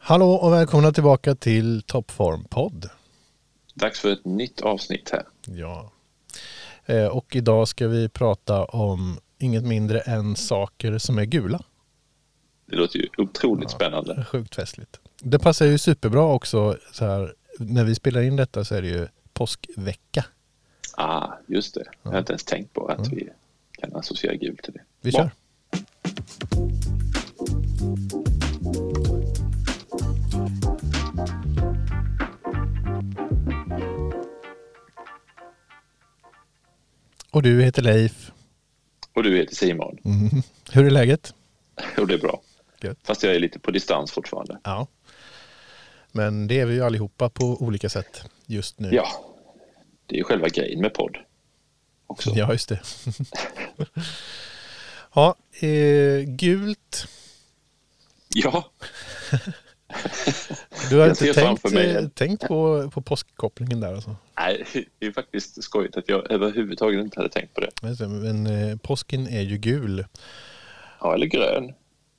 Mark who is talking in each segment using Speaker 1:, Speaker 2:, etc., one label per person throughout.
Speaker 1: Hallå och välkomna tillbaka till Toppform-podd.
Speaker 2: Dags för ett nytt avsnitt här.
Speaker 1: Ja. Och idag ska vi prata om inget mindre än saker som är gula.
Speaker 2: Det låter ju otroligt spännande.
Speaker 1: Sjukt festligt. Det passar ju superbra också så här, när vi spelar in detta så är det ju påskvecka.
Speaker 2: Just det. Jag har inte ens tänkt på att vi kan associera gult till det.
Speaker 1: Vi kör. Och du heter Leif.
Speaker 2: Och du heter Simon.
Speaker 1: Hur är läget?
Speaker 2: Och det är bra.
Speaker 1: Gött.
Speaker 2: Fast jag är lite på distans fortfarande.
Speaker 1: Ja. Men det är vi ju allihopa på olika sätt just nu.
Speaker 2: Ja, det är ju själva grejen med podd också.
Speaker 1: Ja, just det. Ja, gult.
Speaker 2: Ja.
Speaker 1: Du har inte tänkt på påskkopplingen där alltså?
Speaker 2: Nej, det är faktiskt skojigt att jag överhuvudtaget inte hade tänkt på det.
Speaker 1: Men påsken är ju gul.
Speaker 2: Ja, eller grön.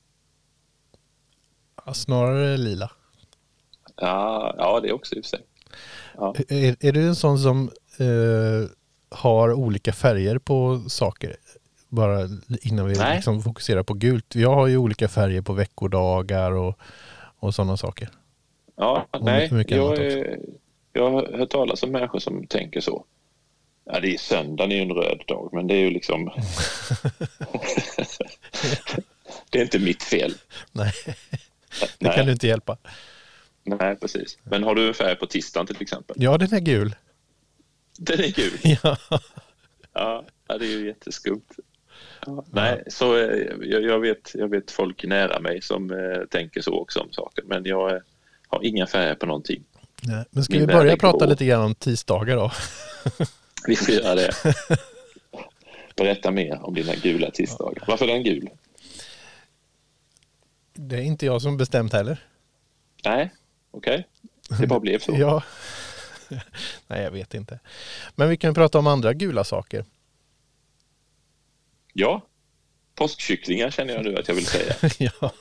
Speaker 1: Ja, snarare lila.
Speaker 2: Ja, det är också i och för sig. Ja.
Speaker 1: Är du en sån som har olika färger på saker? Bara innan vi liksom fokuserar på gult. Jag har ju olika färger på veckodagar och sådana saker.
Speaker 2: Ja, nej. Jag har hört talas om människor som tänker så. Ja, det är söndagen är en röd dag, men det är ju liksom... Det är inte mitt fel.
Speaker 1: Nej, det kan du inte hjälpa.
Speaker 2: Nej, precis. Men har du en färg på tisdagen till exempel?
Speaker 1: Ja, den är gul.
Speaker 2: Den är gul?
Speaker 1: Ja.
Speaker 2: Ja, det är ju jätteskumt. Ja, nej, så jag vet folk nära mig som tänker så också om saker, men jag har inga färger på någonting.
Speaker 1: Nej, men ska vi börja prata lite grann om tisdagar då?
Speaker 2: Vi får göra det. Berätta mer om dina gula tisdagar. Varför är den gul?
Speaker 1: Det är inte jag som bestämt heller.
Speaker 2: Nej, okej. Det bara blev så.
Speaker 1: Ja. Nej, jag vet inte. Men vi kan prata om andra gula saker.
Speaker 2: Ja, påskkycklingar känner jag nu att jag vill säga.
Speaker 1: Ja.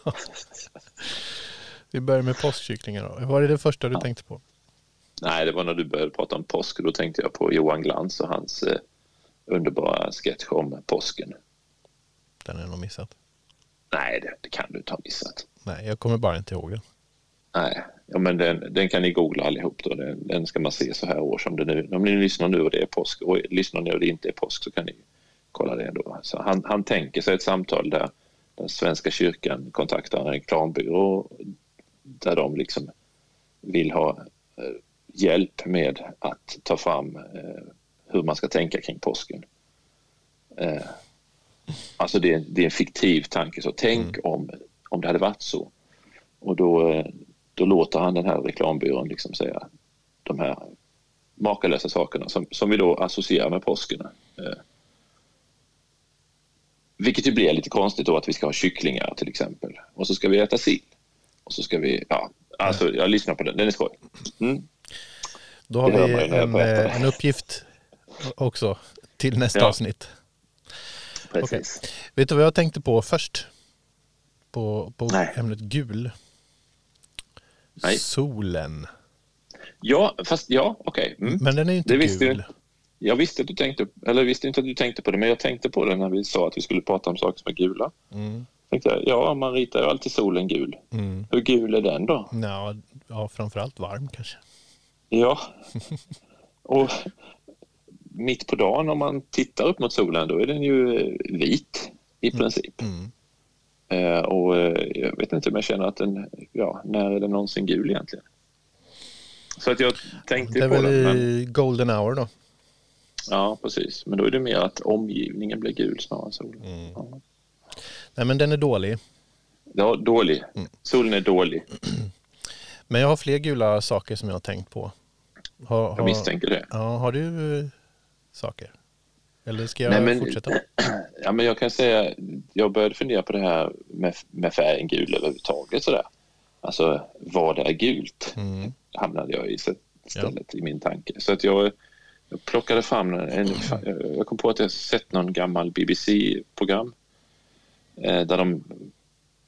Speaker 1: Vi börjar med påskkycklingar då. Vad var det första du tänkte på?
Speaker 2: Nej, det var när du började prata om påsk. Då tänkte jag på Johan Glans och hans underbara sketch om påsken.
Speaker 1: Den är nog missat.
Speaker 2: Nej, det kan du inte ha missat.
Speaker 1: Nej, jag kommer bara inte ihåg den.
Speaker 2: Nej, ja, men den kan ni googla allihop då. Den ska man se så här år som det nu. Om ni lyssnar nu och det är påsk och lyssnar nu och det inte är påsk så kan ni kolla det då. Så han tänker sig ett samtal där den svenska kyrkan kontaktar en reklambyrå där de liksom vill ha hjälp med att ta fram hur man ska tänka kring påsken. Alltså det är en fiktiv tanke. Så tänk om det hade varit så. Och då låter han den här reklambyrån liksom säga de här makalösa sakerna som vi då associerar med påsken. Vilket ju blir lite konstigt då att vi ska ha kycklingar till exempel. Och så ska vi äta sill. Och så ska vi, alltså jag lyssnar på den är skoj.
Speaker 1: Då har vi en uppgift också till nästa avsnitt.
Speaker 2: Precis.
Speaker 1: Okay. Vet du vad jag tänkte på först? På ämnet gul.
Speaker 2: Nej.
Speaker 1: Solen.
Speaker 2: Ja, fast okej.
Speaker 1: Men den är ju inte gul.
Speaker 2: Jag visste inte att du tänkte på det, men jag tänkte på det när vi sa att vi skulle prata om saker som är gula. Tänkte jag, man ritar ju alltid solen gul. Hur gul är den då?
Speaker 1: Ja, framförallt varm kanske.
Speaker 2: Ja, och mitt på dagen om man tittar upp mot solen då är den ju vit i princip. Och jag vet inte om jag känner att när är den någonsin gul egentligen? Så att jag tänkte på den.
Speaker 1: Det är väl golden hour då?
Speaker 2: Ja, precis. Men då är det mer att omgivningen blir gul snarare än solen. Ja.
Speaker 1: Nej, men den är dålig.
Speaker 2: Ja, dålig. Solen är dålig.
Speaker 1: Men jag har fler gula saker som jag har tänkt på.
Speaker 2: Jag misstänker det.
Speaker 1: Ja, har du saker? Eller ska jag fortsätta?
Speaker 2: Ja, men jag kan säga, jag började fundera på det här med färgen gul överhuvudtaget sådär. Alltså, vad är gult? Hamnade jag i istället i min tanke. Så att jag plockade fram jag kom på att jag sett någon gammal BBC-program där de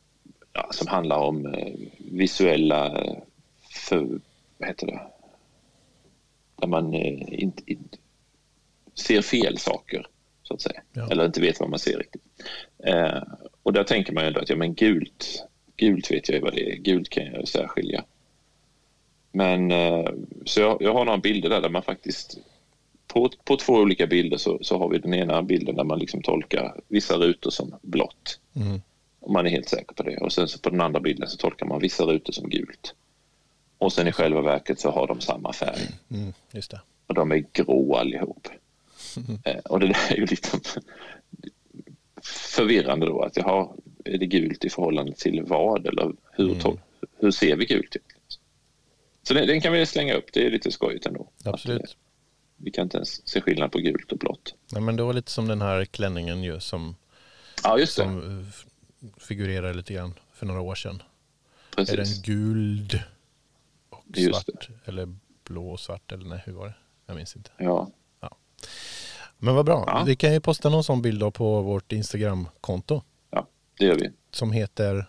Speaker 2: som handlar om visuella vad heter det? Där man inte ser fel saker så att säga. Ja. Eller inte vet vad man ser riktigt. Och där tänker man ju ändå att gult vet jag ju vad det är. Gult kan jag särskilja. Men så jag har några bilder där man faktiskt på 2 olika bilder så har vi den ena bilden där man liksom tolkar vissa rutor som blått. Och man är helt säker på det. Och sen så på den andra bilden så tolkar man vissa rutor som gult. Och sen i själva verket så har de samma färg.
Speaker 1: Just det.
Speaker 2: Och de är grå allihop. Och det där är ju lite förvirrande då. Att är det gult i förhållande till vad? Eller hur ser vi gult ut? Så den kan vi slänga upp. Det är lite skojigt ändå.
Speaker 1: Absolut.
Speaker 2: Att, vi kan inte ens se skillnad på gult och blått.
Speaker 1: Nej, men det var lite som den här klänningen ju som figurerar lite grann för några år sedan.
Speaker 2: Precis.
Speaker 1: Är den guld och svart eller blå och svart eller nej, hur var det? Jag minns inte.
Speaker 2: Ja.
Speaker 1: Men vad bra. Ja. Vi kan ju posta någon sån bild då på vårt Instagram-konto.
Speaker 2: Ja, det gör vi.
Speaker 1: Som heter...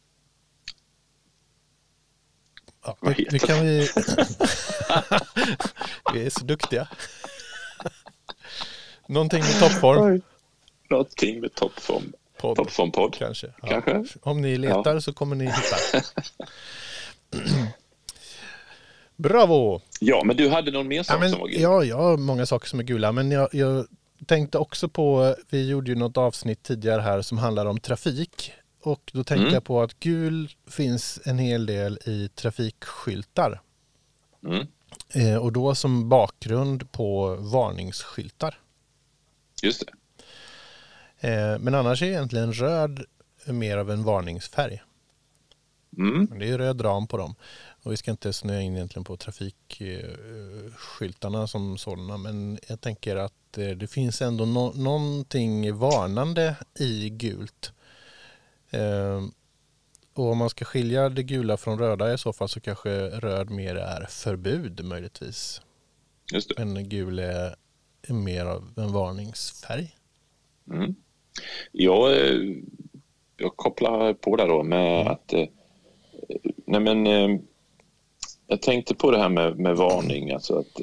Speaker 1: Ja, vi kan vi... Vi är så duktiga. Någonting med toppform.
Speaker 2: Någonting med toppform. Toppform-podd.
Speaker 1: Kanske. Om ni letar så kommer ni hitta. Bravo!
Speaker 2: Ja, men du hade någon mer sak som var gul?
Speaker 1: Ja, jag har många saker som är gula. Men jag tänkte också på, vi gjorde ju något avsnitt tidigare här som handlar om trafik. Och då tänkte jag på att gul finns en hel del i trafikskyltar. Och då som bakgrund på varningsskyltar.
Speaker 2: Just
Speaker 1: det. Men annars är egentligen röd mer av en varningsfärg. Det är röd ram på dem. Och vi ska inte snöa in egentligen på trafikskyltarna som sådana. Men jag tänker att det finns ändå någonting varnande i gult. Och om man ska skilja det gula från röda i så fall så kanske röd mer är förbud möjligtvis.
Speaker 2: Just det.
Speaker 1: Men gul är mer av en varningsfärg.
Speaker 2: Jag kopplar på det då med att jag tänkte på det här med varning, alltså att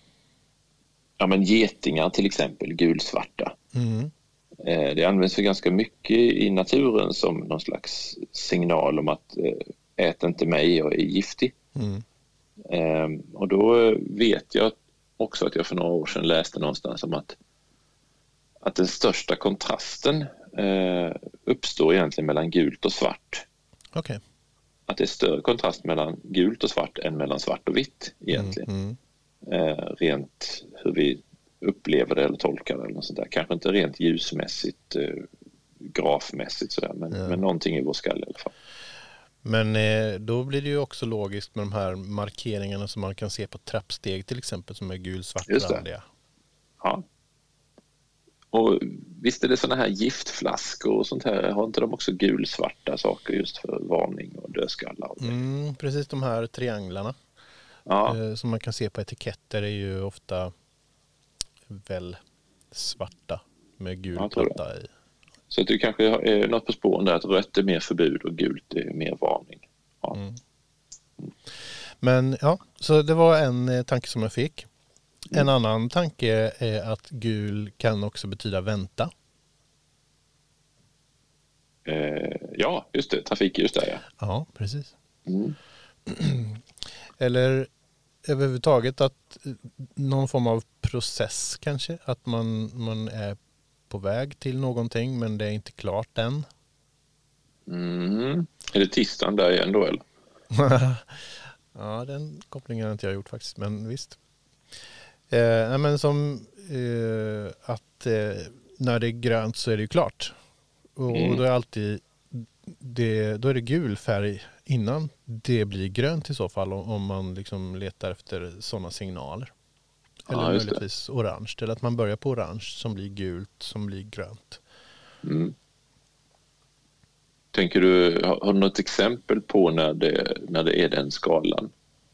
Speaker 2: getingar till exempel, gulsvarta. Det används för ganska mycket i naturen som någon slags signal om att ät inte mig, jag är giftig. Och då vet jag också att jag för några år sedan läste någonstans om att den största kontrasten uppstår egentligen mellan gult och svart.
Speaker 1: Okej.
Speaker 2: Att det är större kontrast mellan gult och svart än mellan svart och vitt egentligen. Rent hur vi upplever det eller tolkar det eller något sånt där. Kanske inte rent ljusmässigt, grafmässigt sådär, men någonting i vår skalle i alla fall.
Speaker 1: Men då blir det ju också logiskt med de här markeringarna som man kan se på trappsteg till exempel som är gul-svartrandiga.
Speaker 2: Ja. Och visst är det sådana här giftflaskor och sånt här, har inte de också gulsvarta saker just för varning och dödskallar?
Speaker 1: Precis, de här trianglarna som man kan se på etiketter är ju ofta väl svarta med gul platta i.
Speaker 2: Så att du kanske är något på spåren där att rött är mer förbud och gult är mer varning. Ja.
Speaker 1: Men så det var en tanke som jag fick. En annan tanke är att gul kan också betyda vänta.
Speaker 2: Ja, just det. Trafikljus där, ja.
Speaker 1: Ja, precis. Eller överhuvudtaget att någon form av process kanske. Att man är på väg till någonting men det är inte klart än.
Speaker 2: Är det tisdagen där igen då, eller?
Speaker 1: Ja, den kopplingen har inte jag gjort faktiskt, men visst. Men som att när det är grönt så är det ju klart. Och då är alltid då är det gul färg innan det blir grönt i så fall om man liksom letar efter sådana signaler. Eller möjligtvis orange. Eller att man börjar på orange som blir gult som blir grönt.
Speaker 2: Tänker du, har du något exempel på när det är den skalan?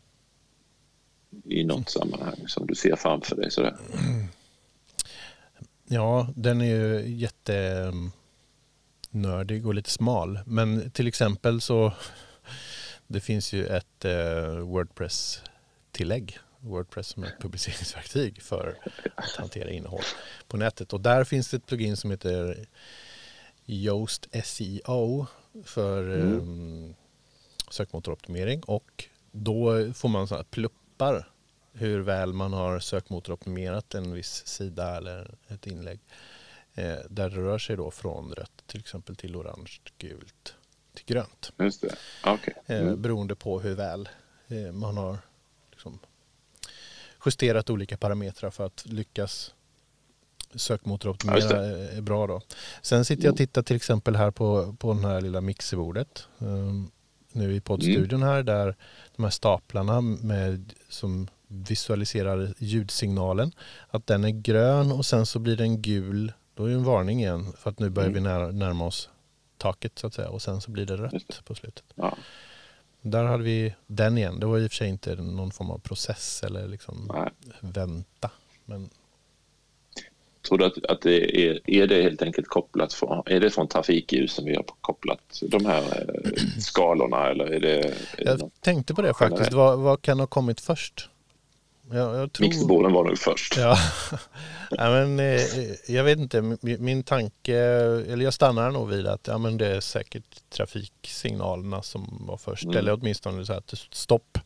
Speaker 2: I något sammanhang som du ser framför dig sådär?
Speaker 1: Ja, den är ju nördig och lite smal. Men till exempel så det finns ju ett WordPress-tillägg. WordPress som är ett publiceringsverktyg för att hantera innehåll på nätet. Och där finns det ett plugin som heter Yoast SEO för sökmotoroptimering. Och då får man så här pluppar hur väl man har sökmotoroptimerat en viss sida eller ett inlägg. Där det rör sig då från rött till exempel till orange, gult till grönt.
Speaker 2: Just det. Okay.
Speaker 1: Beroende på hur väl man har liksom justerat olika parametrar för att lyckas sökmotoroptimera är bra då. Sen sitter jag och tittar till exempel här på den här lilla mixerbordet nu i poddstudion här, där de här staplarna som visualiserar ljudsignalen, att den är grön och sen så blir den gul. Då är det en varning igen för att nu börjar vi närma oss taket så att säga, och sen så blir det rött på slutet. Ja. Där hade vi den igen. Det var i och för sig inte någon form av process eller liksom vänta. Men...
Speaker 2: Tror du att det är det helt enkelt kopplat är det från trafikljus som vi har kopplat de här skalorna, eller är det
Speaker 1: jag tänkte på det faktiskt. Vad kan ha kommit först? Jag tror...
Speaker 2: Mixerborden var nog först.
Speaker 1: Ja. Men jag vet inte, min tanke, eller jag stannar nog vid att det är säkert trafiksignalerna som var först, eller åtminstone så att stopp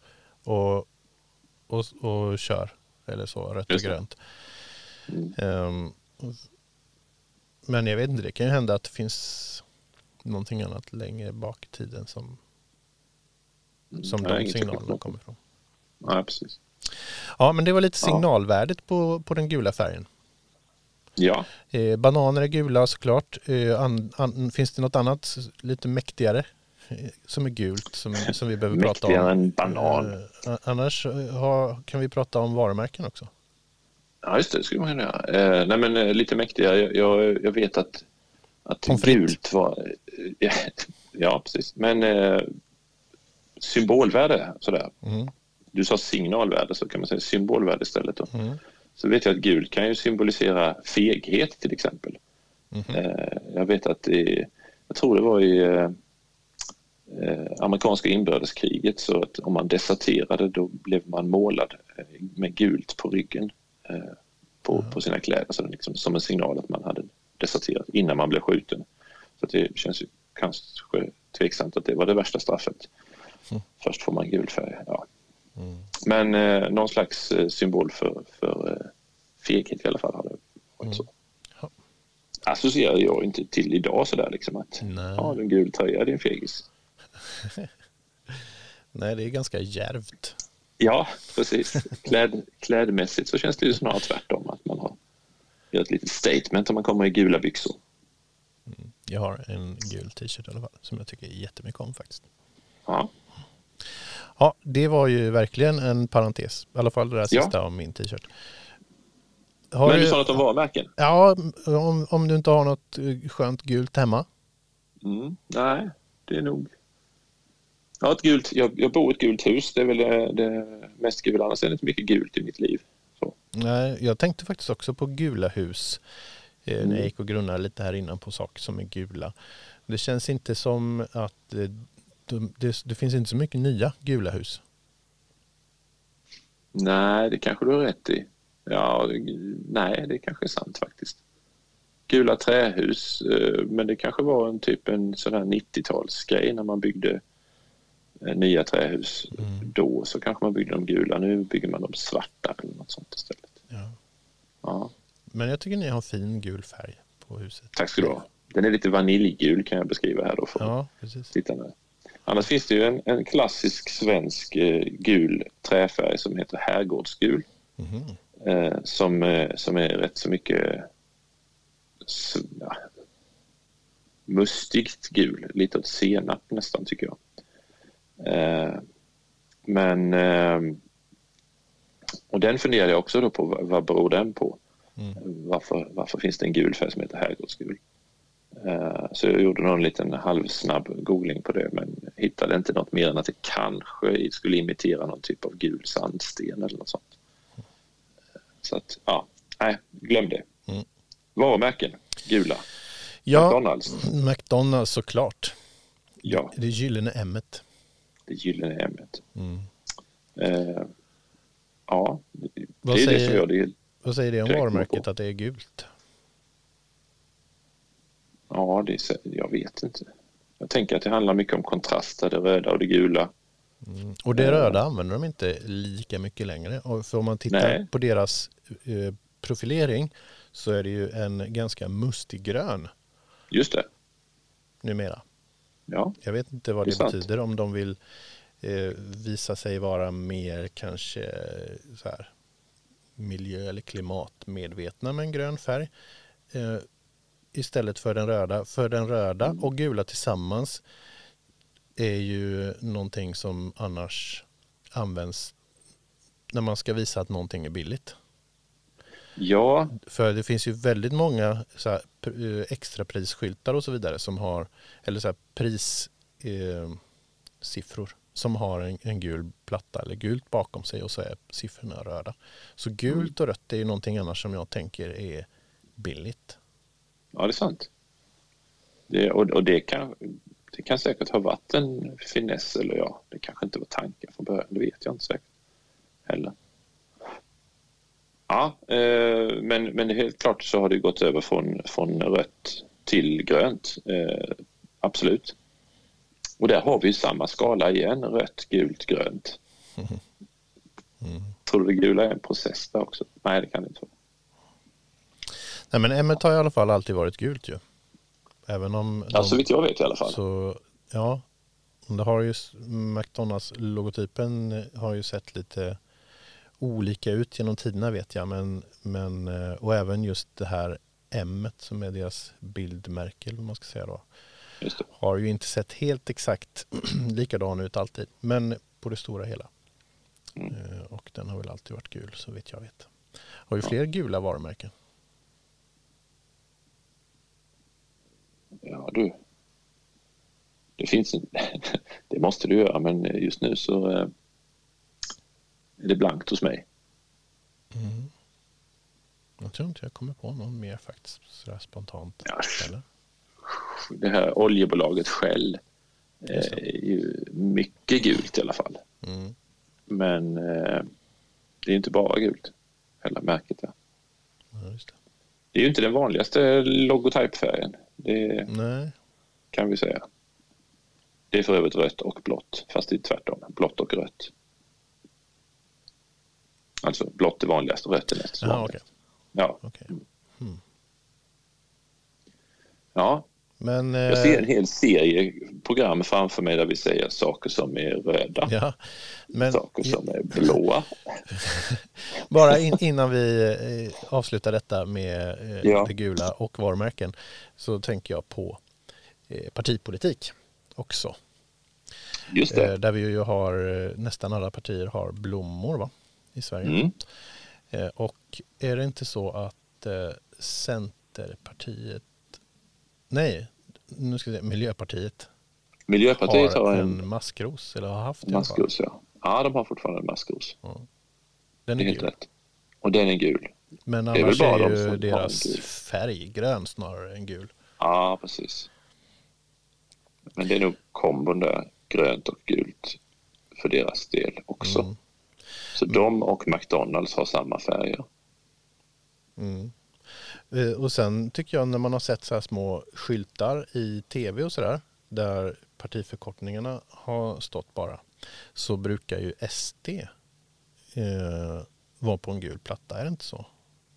Speaker 1: och kör, eller så, rött och grönt. Men jag vet inte, det kan ju hända att det finns någonting annat längre bak i tiden som de signalerna kommer ifrån.
Speaker 2: Ja, precis.
Speaker 1: Ja, men det var lite signalvärdet på den gula färgen.
Speaker 2: Ja.
Speaker 1: Bananer är gula såklart. Finns det något annat lite mäktigare som är gult som vi behöver prata om?
Speaker 2: Mäktigare än banan.
Speaker 1: Annars kan vi prata om varumärken också.
Speaker 2: Ja, just det skulle man kunna göra. Nej, men lite mäktigare. Jag vet att gult var... Ja, precis. Men symbolvärde sådär. Du sa signalvärde, så kan man säga symbolvärde istället då. Så vet jag att gult kan ju symbolisera feghet till exempel. Jag vet att jag tror det var i amerikanska inbördeskriget, så att om man deserterade då blev man målad med gult på ryggen på sina kläder, så liksom, som en signal att man hade deserterat innan man blev skjuten. Så att det känns ju kanske tveksamt att det var det värsta straffet. Först får man gul färg, ja. Men någon slags symbol för feghet i alla fall har det varit så. Associerar jag inte till idag sådär liksom att en gul tröja, det är en fegis.
Speaker 1: Nej, det är ganska djärvt.
Speaker 2: Ja, precis. Klädmässigt så känns det ju snarare tvärtom, att man har gjort ett litet statement om man kommer i gula byxor.
Speaker 1: Jag har en gul t-shirt i alla fall som jag tycker jättemycket om faktiskt.
Speaker 2: Ja.
Speaker 1: Ja, det var ju verkligen en parentes. I alla fall det där sista om min t-shirt.
Speaker 2: Men du sa något om varumärken?
Speaker 1: Ja, om du inte har något skönt gult hemma.
Speaker 2: Nej, det är nog... Jag bor i ett gult hus. Det är väl det mest gula. Annars är det inte mycket gult i mitt liv. Så.
Speaker 1: Nej, jag tänkte faktiskt också på gula hus. När jag gick och grunnade lite här innan på saker som är gula. Det känns inte som att... Det finns inte så mycket nya gula hus. Nej, det kanske du har rätt i. Ja, nej, det kanske är sant faktiskt. Gula trähus, men det kanske var en sån här 90-talsgrej när man byggde nya trähus. Då så kanske man byggde de gula, nu bygger man de svarta eller något sånt istället. Ja. Men jag tycker ni har fin gul färg på huset. Tack ska du ha. Den är lite vaniljgul kan jag beskriva här då för tittarna. Annars finns det ju en klassisk svensk gul träfärg som heter herrgårdsgul. Som är rätt så mycket mustigt gul. Lite åt senap nästan tycker jag. Och den funderar jag också då på, vad beror den på? Varför finns det en gul färg som heter herrgårdsgul? Så jag gjorde någon liten halvsnabb googling på det, men hittade inte något mer än att det kanske skulle imitera någon typ av gul sandsten eller något sånt. Så att, glöm det. Varumärken, gula. Ja,
Speaker 2: McDonalds.
Speaker 1: McDonalds såklart.
Speaker 2: Ja.
Speaker 1: Det gyllene M-et.
Speaker 2: Det gyllene M-et.
Speaker 1: Mm.
Speaker 2: Ja, det
Speaker 1: Vad
Speaker 2: är
Speaker 1: säger,
Speaker 2: det som gör det.
Speaker 1: vad säger det om varumärket att det är gult?
Speaker 2: Ja, jag vet inte. Jag tänker att det handlar mycket om kontraster, det röda och det gula.
Speaker 1: Mm. Och det röda använder de inte lika mycket längre. Och för om man tittar på deras profilering så är det ju en ganska mustig grön.
Speaker 2: Just det.
Speaker 1: Numera.
Speaker 2: Ja.
Speaker 1: Jag vet inte vad det betyder, om de vill visa sig vara mer kanske så här miljö- eller klimatmedvetna med en grön färg istället för den röda. För den röda och gula tillsammans är ju någonting som annars används när man ska visa att någonting är billigt.
Speaker 2: Ja.
Speaker 1: För det finns ju väldigt många så här, extraprisskyltar och så vidare som har, eller så här siffror som har en gul platta eller gult bakom sig och så är siffrorna röda. Så gult och rött är ju någonting annars som jag tänker är billigt.
Speaker 2: Ja, det är sant. Det kan säkert ha varit en finess, eller ja, det kanske inte var tanken från början, det vet jag inte säkert heller. Ja, men helt klart så har det gått över från rött till grönt, absolut. Och där har vi samma skala igen, rött, gult, grönt. Tror du det gula är en process där också? Nej, det kan det inte vara.
Speaker 1: Nej, men M-et har i alla fall alltid varit gult ju. Även om
Speaker 2: så vitt jag vet i alla fall.
Speaker 1: Så, ja, det har ju McDonalds-logotypen har ju sett lite olika ut genom tiderna vet jag. Men, och även just det här M-et som är deras bildmärke, eller vad man ska säga då. Har ju inte sett helt exakt likadan ut alltid. Men på det stora hela. Och den har väl alltid varit gul så vitt jag vet. Har ju fler gula varumärken.
Speaker 2: Ja du. Det finns det måste du göra, men just nu så är det blankt hos mig.
Speaker 1: Jag tror inte jag kommer på någon mer faktiskt sådär spontant.
Speaker 2: Ja. Det här oljebolaget Shell är ju mycket gult i alla fall. Men det är inte bara gult hela märket. Ja, just det. Det är ju inte den vanligaste logotypfärgen. Nej. Kan vi säga. Det är för övrigt rött och blått, fast det är tvärtom. Blått och rött. Alltså blått är vanligast och rött är näst vanligast. Ja. Okay. Ja. Men, jag ser en hel serie program framför mig där vi säger saker som är röda. Saker som är blåa.
Speaker 1: Bara innan vi avslutar detta med det gula och varumärken så tänker jag på partipolitik också.
Speaker 2: Just det.
Speaker 1: Där vi ju har, nästan alla partier har blommor i Sverige. Och är det inte så att Centerpartiet, nej, nu ska vi se, Miljöpartiet har en maskros, eller har haft en
Speaker 2: maskros, ja, de har fortfarande en maskros. Ja.
Speaker 1: Den är gul.
Speaker 2: Rätt. Och den är gul.
Speaker 1: Men annars är ju deras färg grön snarare än gul.
Speaker 2: Ja, precis. Men det är nog kombon där, grönt och gult för deras del också. Så de och McDonalds har samma färger.
Speaker 1: Och sen tycker jag när man har sett så här små skyltar i tv och sådär där partiförkortningarna har stått bara, så brukar ju SD vara på en gul platta, är det inte så?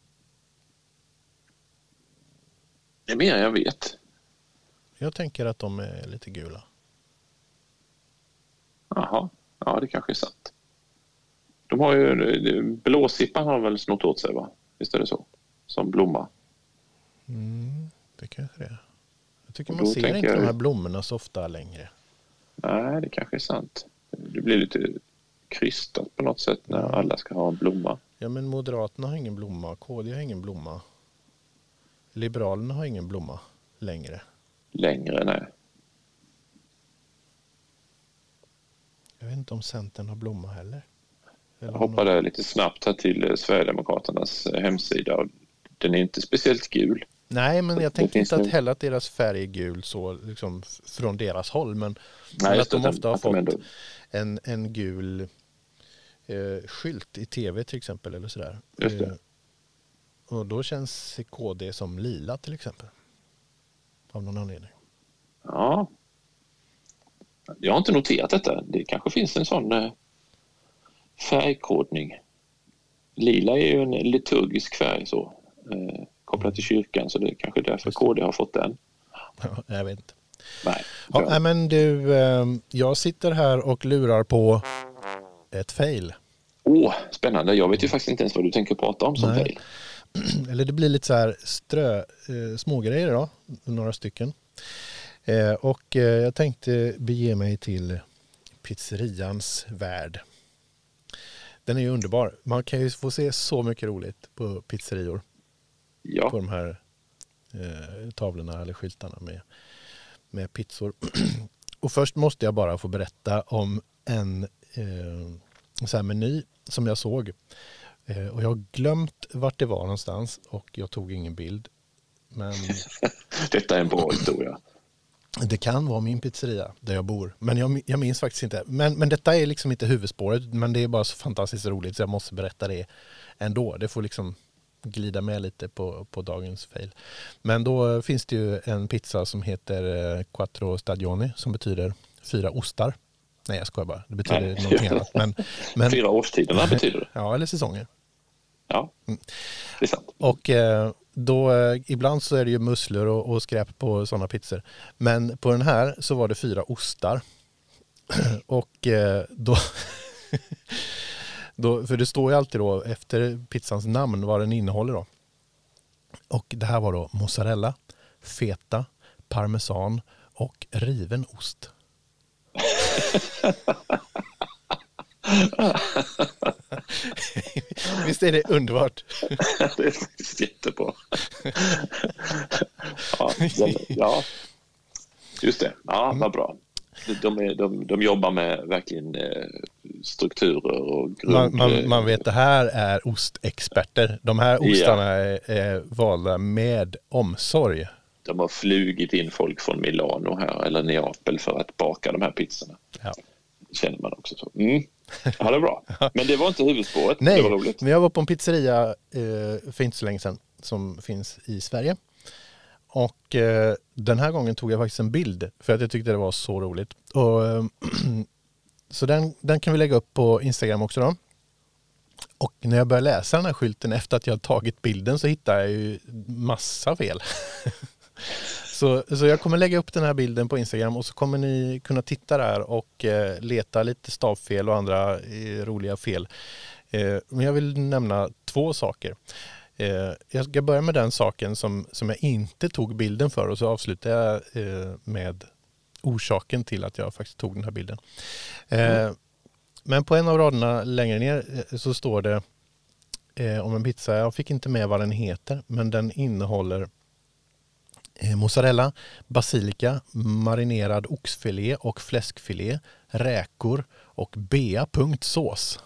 Speaker 2: Det är mer jag vet.
Speaker 1: Jag tänker att de är lite gula.
Speaker 2: Jaha, ja det kanske är sant. De har ju, blåsippan har väl snott åt sig, va? Visst är det så? Som blomma.
Speaker 1: Det kanske det är. Jag tycker man ser inte de här blommorna så ofta längre.
Speaker 2: Nej, det kanske är sant. Det blir lite krystat på något sätt när alla ska ha en blomma.
Speaker 1: Ja, men Moderaterna har ingen blomma. KD har ingen blomma. Liberalerna har ingen blomma längre.
Speaker 2: Nej.
Speaker 1: Jag vet inte om Centern har blomma heller.
Speaker 2: Jag hoppade lite snabbt här till Sverigedemokraternas hemsida. Den är inte speciellt gul.
Speaker 1: Nej, men jag tänker inte att heller att deras färg är gul så liksom från deras håll. Men att de ofta har fått en gul skylt i tv till exempel eller sådär.
Speaker 2: Just det.
Speaker 1: Och då känns KD som lila till exempel. Av någon anledning.
Speaker 2: Ja. Jag har inte noterat detta. Det kanske finns en sån färgkodning. Lila är ju en liturgisk färg så. Kopplat till kyrkan, så det är kanske därför KD har fått den.
Speaker 1: Ja, jag vet inte.
Speaker 2: Nej.
Speaker 1: Ja, men du, jag sitter här och lurar på ett fail.
Speaker 2: Spännande. Jag vet ju faktiskt inte ens vad du tänker prata om som fail.
Speaker 1: Eller det blir lite så här smågrejer då, några stycken. Och jag tänkte bege mig till pizzerians värld. Den är ju underbar. Man kan ju få se så mycket roligt på pizzerior.
Speaker 2: Ja.
Speaker 1: På de här tavlorna eller skyltarna med pizzor. Och först måste jag bara få berätta om en så här meny som jag såg. Och jag har glömt vart det var någonstans och jag tog ingen bild. Men
Speaker 2: detta är en bra historia.
Speaker 1: Det kan vara min pizzeria där jag bor. Men jag minns faktiskt inte. Men detta är liksom inte huvudspåret. Men det är bara så fantastiskt roligt så jag måste berätta det ändå. Det får liksom glida med lite på dagens fail. Men då finns det ju en pizza som heter Quattro Stagioni som betyder 4 ostar. Nej, jag skojar bara. Det betyder någonting annat. Men
Speaker 2: 4 årstiderna betyder det.
Speaker 1: Ja, eller säsonger.
Speaker 2: Ja, det är sant.
Speaker 1: Och då ibland så är det ju musslor och skräp på sådana pizzor. Men på den här så var det 4 ostar. Och då för det står ju alltid då efter pizzans namn vad den innehåller då. Och det här var då mozzarella, feta, parmesan och riven ost. Visst är det underbart?
Speaker 2: Det är faktiskt jättebra. Ja, just det. Ja, vad bra. De jobbar med verkligen strukturer och grund.
Speaker 1: Man vet det här är ostexperter. De här ostarna är valda med omsorg.
Speaker 2: De har flugit in folk från Milano här eller Neapel för att baka de här pizzorna. Ja. Känner man också så. Ja, det är bra. Men det var inte huvudspåret.
Speaker 1: Nej,
Speaker 2: det var roligt.
Speaker 1: Men jag var på en pizzeria för inte så länge sedan som finns i Sverige. Och den här gången tog jag faktiskt en bild för att jag tyckte det var så roligt. Och, så den kan vi lägga upp på Instagram också då. Och när jag började läsa den här skylten efter att jag tagit bilden så hittade jag ju massa fel. Så jag kommer lägga upp den här bilden på Instagram och så kommer ni kunna titta där och leta lite stavfel och andra roliga fel. Men jag vill nämna 2 saker. Jag ska börja med den saken som jag inte tog bilden för och så avslutar jag med orsaken till att jag faktiskt tog den här bilden. Men på en av raderna längre ner så står det om en pizza. Jag fick inte med vad den heter, men den innehåller mozzarella, basilika, marinerad oxfilé och fläskfilé, räkor och bea.sås.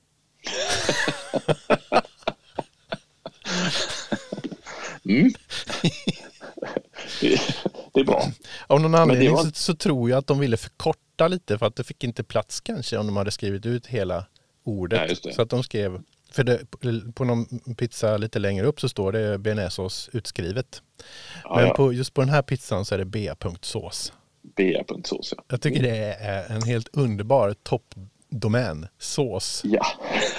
Speaker 2: Det är bra.
Speaker 1: Av någon anledning så tror jag att de ville förkorta lite för att det fick inte plats kanske om de hade skrivit ut hela ordet. Så att de skrev, för på någon pizza lite längre upp så står det bearnaisesås utskrivet. Men just på den här pizzan så är det bea.sås.
Speaker 2: Bea.sås, ja.
Speaker 1: Jag tycker det är en helt underbar toppdomän. Sås.
Speaker 2: Ja.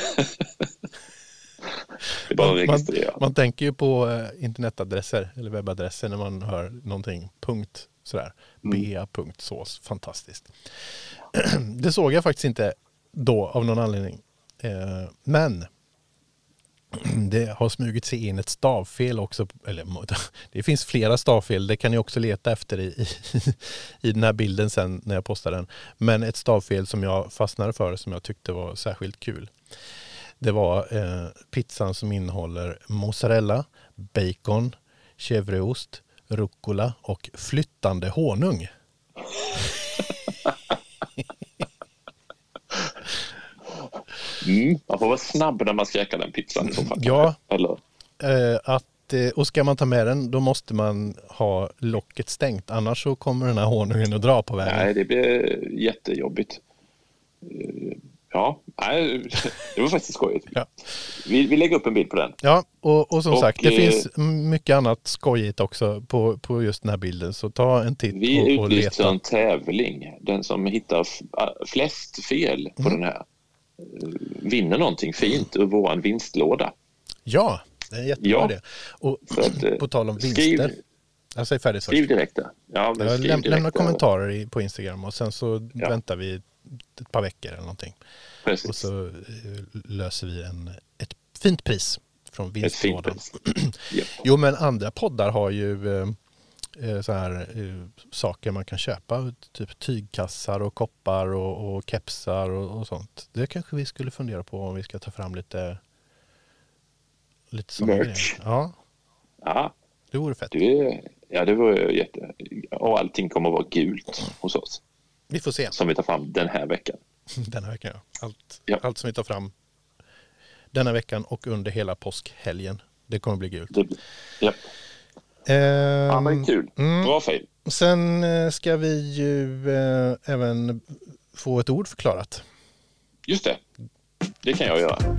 Speaker 2: Det är bara att registrera.
Speaker 1: Man tänker ju på internetadresser eller webbadresser när man hör någonting. Punkt sådär. Bea.sås. Fantastiskt. Det såg jag faktiskt inte då av någon anledning. Men det har smugit sig in ett stavfel också. Eller, det finns flera stavfel. Det kan ni också leta efter i den här bilden sen när jag postar den. Men ett stavfel som jag fastnade för som jag tyckte var särskilt kul. Det var pizzan som innehåller mozzarella, bacon, chèvreost, rucola och flyttande honung.
Speaker 2: Man får vara snabb när man ska äta den pizzan i så fall.
Speaker 1: Ja,
Speaker 2: eller?
Speaker 1: och ska man ta med den, då måste man ha locket stängt. Annars så kommer den här honungen att dra på vägen.
Speaker 2: Nej, det blir jättejobbigt. Ja, nej, det var faktiskt skojigt. Ja. Vi lägger upp en bild på den.
Speaker 1: Ja, och som sagt, det finns mycket annat skojigt också på just den här bilden. Så ta en titt och leta.
Speaker 2: Vi utlyser en tävling. Den som hittar flest fel på den här vinner någonting fint ur våran vinstlåda.
Speaker 1: Ja, det är en jättebra idé. Och på tal om vinster. Jag säger färdigt.
Speaker 2: Skriv direkt där. Ja,
Speaker 1: lämna kommentarer på Instagram och sen så väntar vi ett par veckor eller någonting.
Speaker 2: Precis.
Speaker 1: Och så löser vi ett fint pris från vinstlådan.
Speaker 2: Yep.
Speaker 1: Jo, men andra poddar har ju så här saker man kan köpa, typ tygkassar och koppar och kepsar och sånt. Det kanske vi skulle fundera på om vi ska ta fram lite sådana
Speaker 2: merch.
Speaker 1: Ja. Det vore fett.
Speaker 2: Det vore jätte... Och allting kommer att vara gult hos oss.
Speaker 1: Vi får se.
Speaker 2: Som vi tar fram den här veckan.
Speaker 1: Den här veckan, ja. Allt som vi tar fram denna veckan och under hela påskhelgen. Det kommer bli gult.
Speaker 2: Ja. Ja, men kul. Bra fejl.
Speaker 1: Sen ska vi ju även få ett ord förklarat.
Speaker 2: Just det. Det kan jag göra.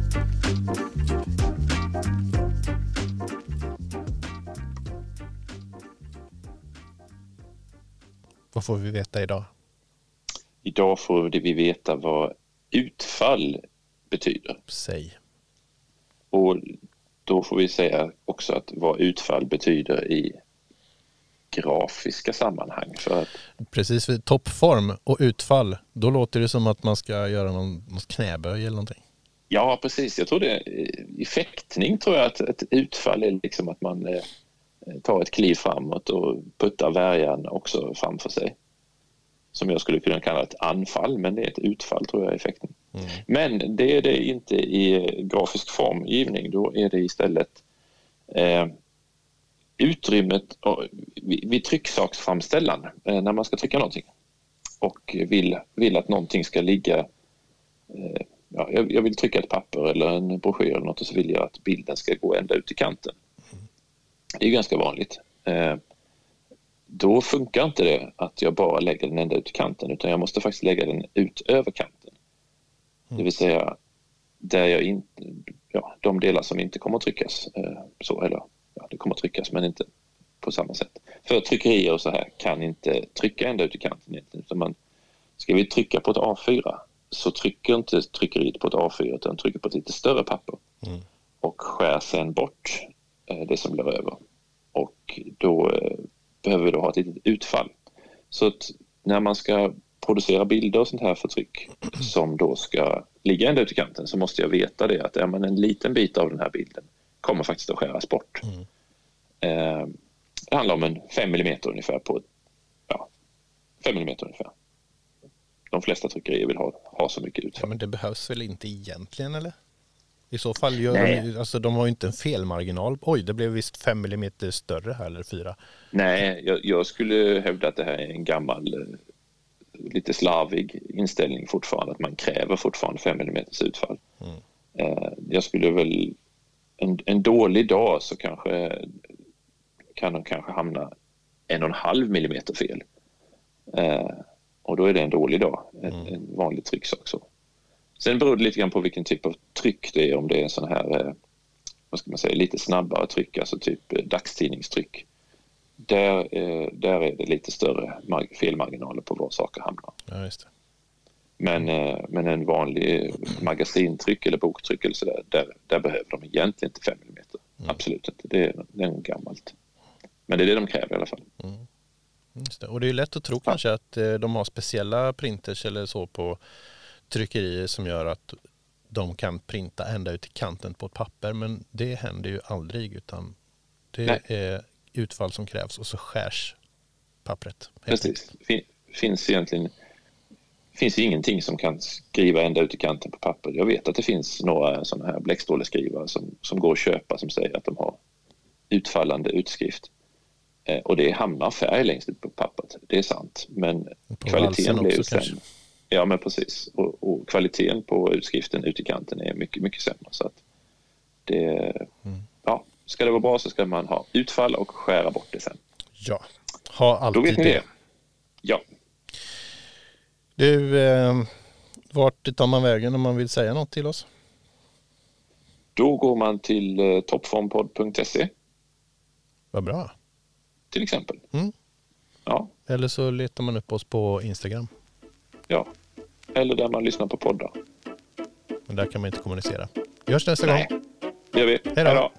Speaker 1: Vad får vi veta idag?
Speaker 2: Idag får vi veta vad utfall betyder.
Speaker 1: Säg.
Speaker 2: Och då får vi säga också att vad utfall betyder i grafiska sammanhang. För att...
Speaker 1: Precis, vid toppform och utfall, då låter det som att man ska göra något knäböj eller någonting.
Speaker 2: Ja, precis. Jag tror det i fäktning tror jag att ett utfall är liksom att man tar ett kliv framåt och puttar värjan också framför sig. Som jag skulle kunna kalla ett anfall, men det är ett utfall tror jag i fäktning. Men det är det inte i grafisk formgivning. Då är det istället utrymmet vid trycksaksframställan när man ska trycka någonting och vill att någonting ska ligga jag vill trycka ett papper eller en broschyr eller något och så vill jag att bilden ska gå ända ut i kanten. Det är ganska vanligt. Då funkar inte det att jag bara lägger den ända ut i kanten utan jag måste faktiskt lägga den ut över kanten. Det vill säga där jag inte, de delar som inte kommer att tryckas det kommer att tryckas men inte på samma sätt. För tryckerier och så här kan inte trycka ända ut i kanten egentligen. Utan ska vi trycka på ett A4 så trycker inte tryckeriet på ett A4 utan trycker på ett lite större papper. Och skär sen bort det som blir över. Och då behöver vi då ha ett litet utfall. Så att när man ska producera bilder och sånt här för tryck som då ska ligga ända ut i kanten så måste jag veta det att en liten bit av den här bilden kommer faktiskt att skäras bort. Det handlar om en 5 mm ungefär på 5 mm ungefär. De flesta tryckerier vill ha så mycket utfall.
Speaker 1: Ja, men det behövs väl inte egentligen eller? I så fall de har ju inte en felmarginal. Oj, det blev visst 5 mm större här eller 4.
Speaker 2: Nej, jag skulle hävda att det här är en gammal lite slarvig inställning fortfarande. Att man kräver fortfarande 5 mm utfall. Jag skulle väl en dålig dag så kan de kanske hamna 1,5 mm fel. Och då är det en dålig dag. En vanlig trycksak så. Sen beror det lite grann på vilken typ av tryck det är. Om det är en sån här, lite snabbare tryck, alltså typ dagstidningstryck. Där är det lite större felmarginaler på var saker hamnar.
Speaker 1: Ja, just det.
Speaker 2: Men en vanlig magasintryck eller boktryck eller så där behöver de egentligen inte 5 mm. Absolut inte. Det är gammalt. Men det är det de kräver i alla fall.
Speaker 1: Just det. Och det är ju lätt att tro kanske att de har speciella printers eller så på tryckerier som gör att de kan printa ända ut i kanten på ett papper. Men det händer ju aldrig utan det är utfall som krävs och så skärs pappret.
Speaker 2: Precis. Finns ju ingenting som kan skriva ända ut i kanten på papper. Jag vet att det finns några sådana här bläckstråleskrivare som går att köpa som säger att de har utfallande utskrift. Och det hamnar färg längst ut på pappret. Det är sant. Men
Speaker 1: på
Speaker 2: kvaliteten blir ju
Speaker 1: sämre.
Speaker 2: Ja, men precis. Och kvaliteten på utskriften ut i kanten är mycket, mycket sämre. Så att Ska det vara bra så ska man ha utfall och skära bort det sen.
Speaker 1: Ja, ha alltid
Speaker 2: Då vet ni det. Ja.
Speaker 1: Du, vart tar man vägen om man vill säga något till oss?
Speaker 2: Då går man till toppformpodd.se.
Speaker 1: Vad bra.
Speaker 2: Till exempel. Ja.
Speaker 1: Eller så letar man upp oss på Instagram.
Speaker 2: Ja. Eller där man lyssnar på poddar.
Speaker 1: Men där kan man inte kommunicera. Vi hörs nästa gång.
Speaker 2: Det gör vi.
Speaker 1: Hej då.